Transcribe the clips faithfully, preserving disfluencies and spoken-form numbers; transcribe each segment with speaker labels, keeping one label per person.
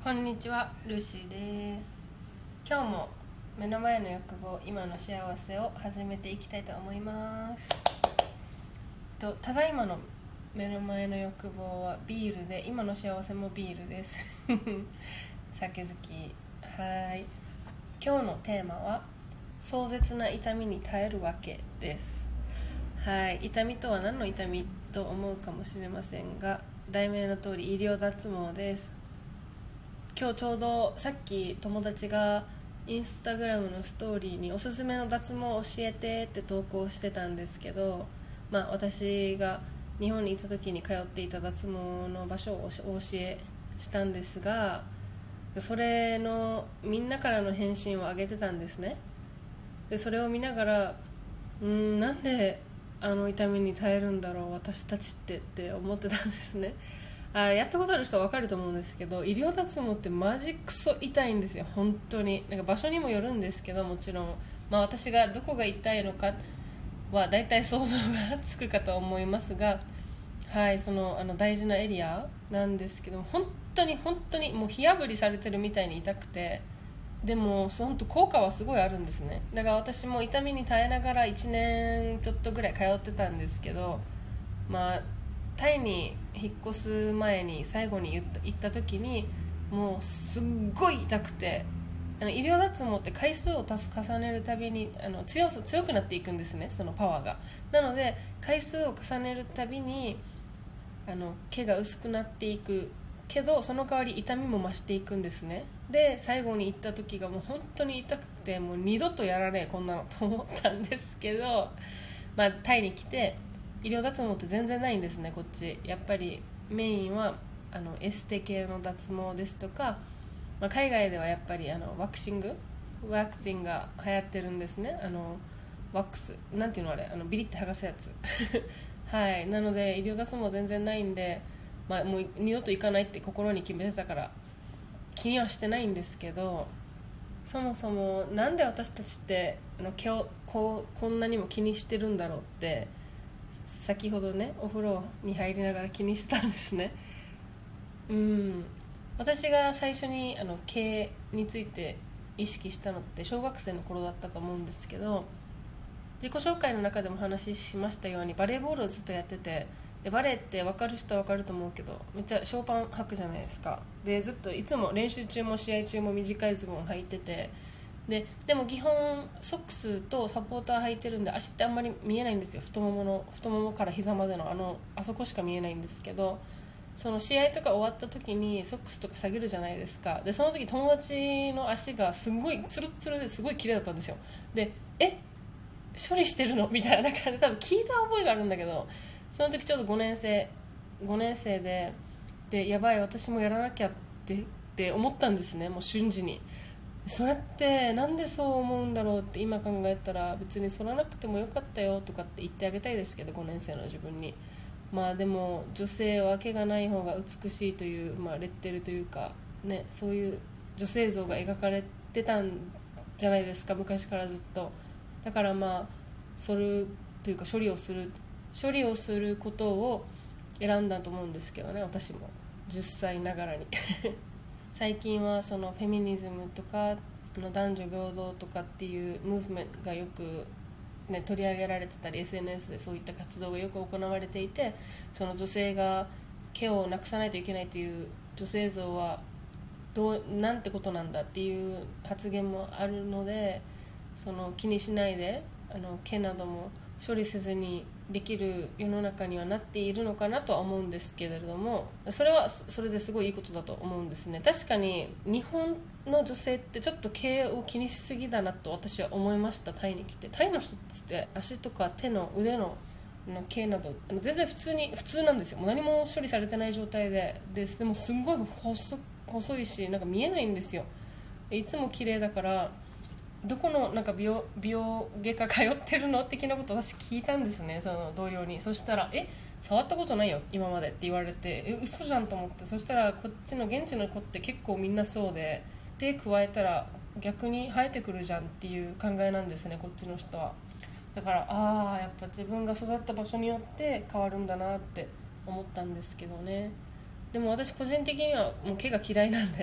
Speaker 1: こんにちは、ルーシーです。今日も目の前の欲望、今の幸せを始めていきたいと思います。とただいまの目の前の欲望はビールで、今の幸せもビールです酒好き。はい。今日のテーマは壮絶な痛みに耐えるわけです。はい。痛みとは何の痛みと思うかもしれませんが、題名の通り医療脱毛です。今日ちょうどさっき友達がインスタグラムのストーリーにおすすめの脱毛教えてって投稿してたんですけど、まあ、私が日本にいた時に通っていた脱毛の場所をお教えしたんですが、それのみんなからの返信を上げてたんですね。でそれを見ながら、うーんなんであの痛みに耐えるんだろう私たちってって思ってたんですね。あやったことある人は分かると思うんですけど、医療脱毛ってマジクソ痛いんですよ。本当になんか場所にもよるんですけど、もちろん、まあ、私がどこが痛いのかはだいたい想像がつくかと思いますが、はい、そのあの大事なエリアなんですけど、本当に本当にもう火炙りされてるみたいに痛くて、でも本当効果はすごいあるんですね。だから私も痛みに耐えながらいちねんちょっとぐらい通ってたんですけど、まあタイに引っ越す前に最後に言った行った時にもうすっごい痛くて、あの医療脱毛って回数を足す重ねるたびにあの 強, 強くなっていくんですね、そのパワーが。なので回数を重ねるたびにあの毛が薄くなっていくけど、その代わり痛みも増していくんですね。で最後に行った時がもう本当に痛くて、もう二度とやらねえこんなのと思ったんですけど、まあ、タイに来て医療脱毛って全然ないんですね、こっち。やっぱりメインはあのエステ系の脱毛ですとか、まあ、海外ではやっぱりあのワクシングワクチンが流行ってるんですね。あのワックスなんていうのあれ、あのビリって剥がすやつはい。なので医療脱毛全然ないんで、まあ、もう二度と行かないって心に決めてたから気にはしてないんですけど、そもそもなんで私たちってあの毛をこうこんなにも気にしてるんだろうって先ほどねお風呂に入りながら気にしてたんですね。うん私が最初にあの経について意識したのって小学生の頃だったと思うんですけど、自己紹介の中でも話しましたようにバレーボールをずっとやってて、でバレーって分かる人は分かると思うけどめっちゃショーパン履くじゃないですか。でずっといつも練習中も試合中も短いズボン履いてて、ででも基本ソックスとサポーター履いてるんで足ってあんまり見えないんですよ。太ももの太ももから膝までのあのあそこしか見えないんですけど、その試合とか終わった時にソックスとか下げるじゃないですか。でその時友達の足がすごいツルツルですごい綺麗だったんですよ。でえ処理してるのみたいな感じで多分聞いた覚えがあるんだけど、その時ちょうどごねん生ごねん生ででやばい私もやらなきゃってって思ったんですね、もう瞬時に。それってなんでそう思うんだろうって今考えたら、別に剃らなくてもよかったよとかって言ってあげたいですけど、ごねん生の自分に。まあでも女性は毛がない方が美しいという、まあ、レッテルというかね、そういう女性像が描かれてたんじゃないですか、昔からずっと。だからまあ剃るというか処理をする処理をすることを選んだと思うんですけどね、私もじゅっさいながらに最近はそのフェミニズムとかあの男女平等とかっていうムーブメントがよく、ね、取り上げられてたり エスエヌエス でそういった活動がよく行われていて、その女性が毛をなくさないといけないという女性像はどうなんてことなんだっていう発言もあるので、その気にしないであの毛なども処理せずにできる世の中にはなっているのかなとは思うんですけれども、それはそれですごいいいことだと思うんですね。確かに日本の女性ってちょっと毛を気にしすぎだなと私は思いました。タイに来てタイの人って足とか手の腕の毛など全然普通に普通なんですよ。もう何も処理されてない状態でででもすんごい 細, 細いしなんか見えないんですよ。いつも綺麗だから、どこのなんか美容、美容外科通ってるの的なことを私聞いたんですね、その同僚に。そしたらえ触ったことないよ今までって言われて、え嘘じゃんと思って。そしたらこっちの現地の子って結構みんなそうで、手加えたら逆に生えてくるじゃんっていう考えなんですね、こっちの人は。だからああやっぱ自分が育った場所によって変わるんだなって思ったんですけどね。でも私個人的にはもう毛が嫌いなんで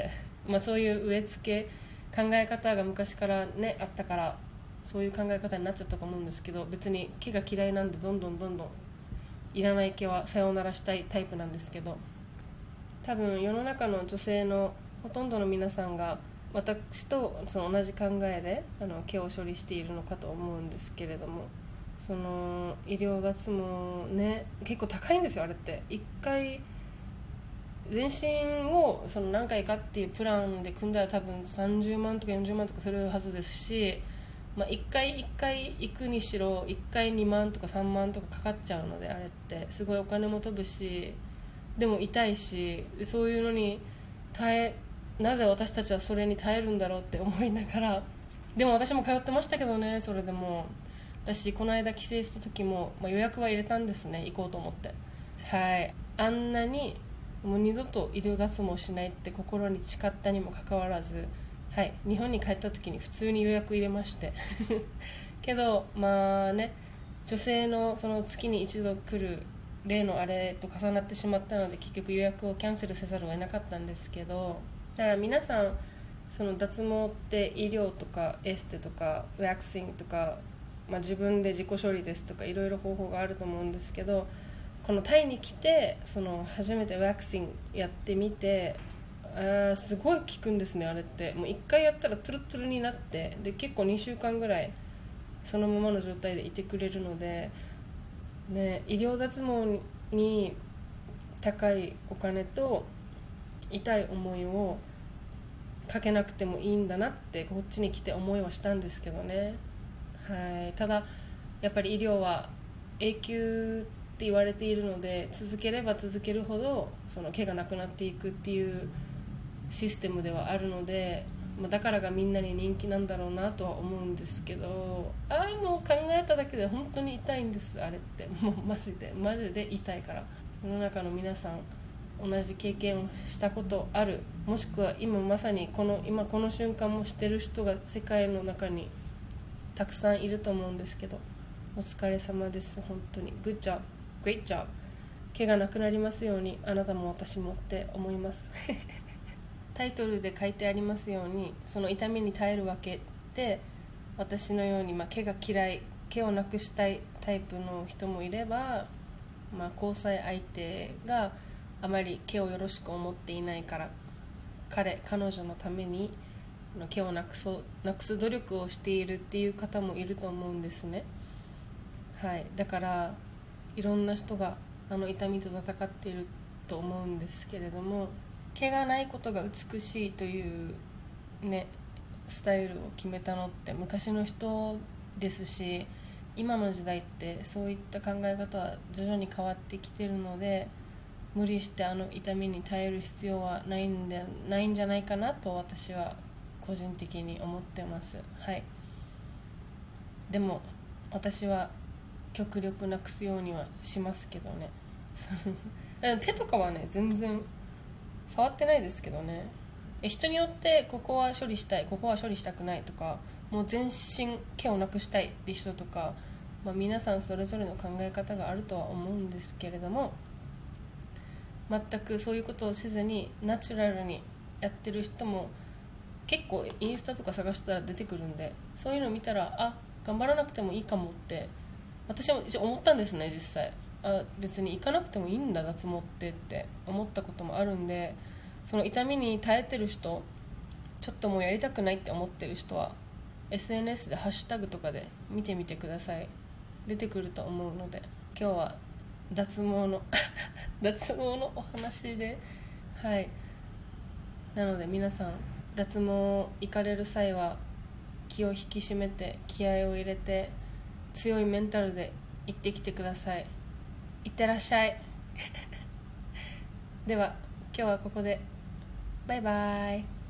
Speaker 1: まあ、そういう植え付け考え方が昔からねあったからそういう考え方になっちゃったと思うんですけど、別に毛が嫌いなんでどんどんどんどんいらない毛はさようならしたいタイプなんですけど、多分世の中の女性のほとんどの皆さんが私とその同じ考えであの毛を処理しているのかと思うんですけれども、その医療脱毛ね結構高いんですよ。あれっていっかい全身をその何回かっていうプランで組んだら多分さんじゅうまんとかよんじゅうまんとかするはずですし、まあ、いっかいいっかい行くにしろいっかいにまんとかさんまんとかかかっちゃうので、あれってすごいお金も飛ぶし、でも痛いし、そういうのに耐えなぜ私たちはそれに耐えるんだろうって思いながら、でも私も通ってましたけどね。それでも私この間帰省した時も、まあ、予約は入れたんですね、行こうと思って。はい、あんなにもう二度と医療脱毛しないって心に誓ったにもかかわらず、はい、日本に帰った時に普通に予約入れましてけどまあね、女性のその月に一度来る例のあれと重なってしまったので結局予約をキャンセルせざるを得なかったんですけど、だから皆さんその脱毛って医療とかエステとかワックシングとか、まあ、自分で自己処理ですとかいろいろ方法があると思うんですけど、このタイに来てその初めてワックシングやってみて、あすごい効くんですね。あれってもういっかいやったらツルツルになって、で結構にしゅうかんぐらいそのままの状態でいてくれるので、ね、医療脱毛に高いお金と痛い思いをかけなくてもいいんだなってこっちに来て思いはしたんですけどね。はい、ただやっぱり医療は永久って言われているので、続ければ続けるほどその毛がなくなっていくっていうシステムではあるので、まあ、だからがみんなに人気なんだろうなとは思うんですけど、ああもう考えただけで本当に痛いんです。あれってもうマジでマジで痛いから、世の中の皆さん同じ経験をしたことある、もしくは今まさにこの今この瞬間もしてる人が世界の中にたくさんいると思うんですけど、お疲れ様です。本当に Good job Great job。 毛がなくなりますように、あなたも私もって思いますタイトルで書いてありますように、その痛みに耐えるわけで、私のように、まあ、毛が嫌い、毛をなくしたいタイプの人もいれば、まあ、交際相手があまり毛をよろしく思っていないから、彼彼女のために毛をなくそうなくす努力をしているっていう方もいると思うんですね。はい、だからいろんな人があの痛みと戦っていると思うんですけれども、毛がないことが美しいというねスタイルを決めたのって昔の人ですし、今の時代ってそういった考え方は徐々に変わってきているので、無理してあの痛みに耐える必要はないんでないんじゃないかなと私は個人的に思ってます。はい、でも私は極力なくすようにはしますけどね手とかはね全然触ってないですけどね。人によってここは処理したい、ここは処理したくないとか、もう全身毛をなくしたいって人とか、まあ、皆さんそれぞれの考え方があるとは思うんですけれども、全くそういうことをせずにナチュラルにやってる人も結構インスタとか探したら出てくるんで、そういうの見たらあ頑張らなくてもいいかもって私も一応思ったんですね。実際あ別に行かなくてもいいんだ脱毛ってって思ったこともあるんで、その痛みに耐えてる人、ちょっともうやりたくないって思ってる人は エスエヌエス でハッシュタグとかで見てみてください。出てくると思うので、今日は脱毛の脱毛のお話で、はいなので皆さん脱毛行かれる際は気を引き締めて気合を入れて強いメンタルで行ってきてください。いってらっしゃいでは今日はここでバイバイ。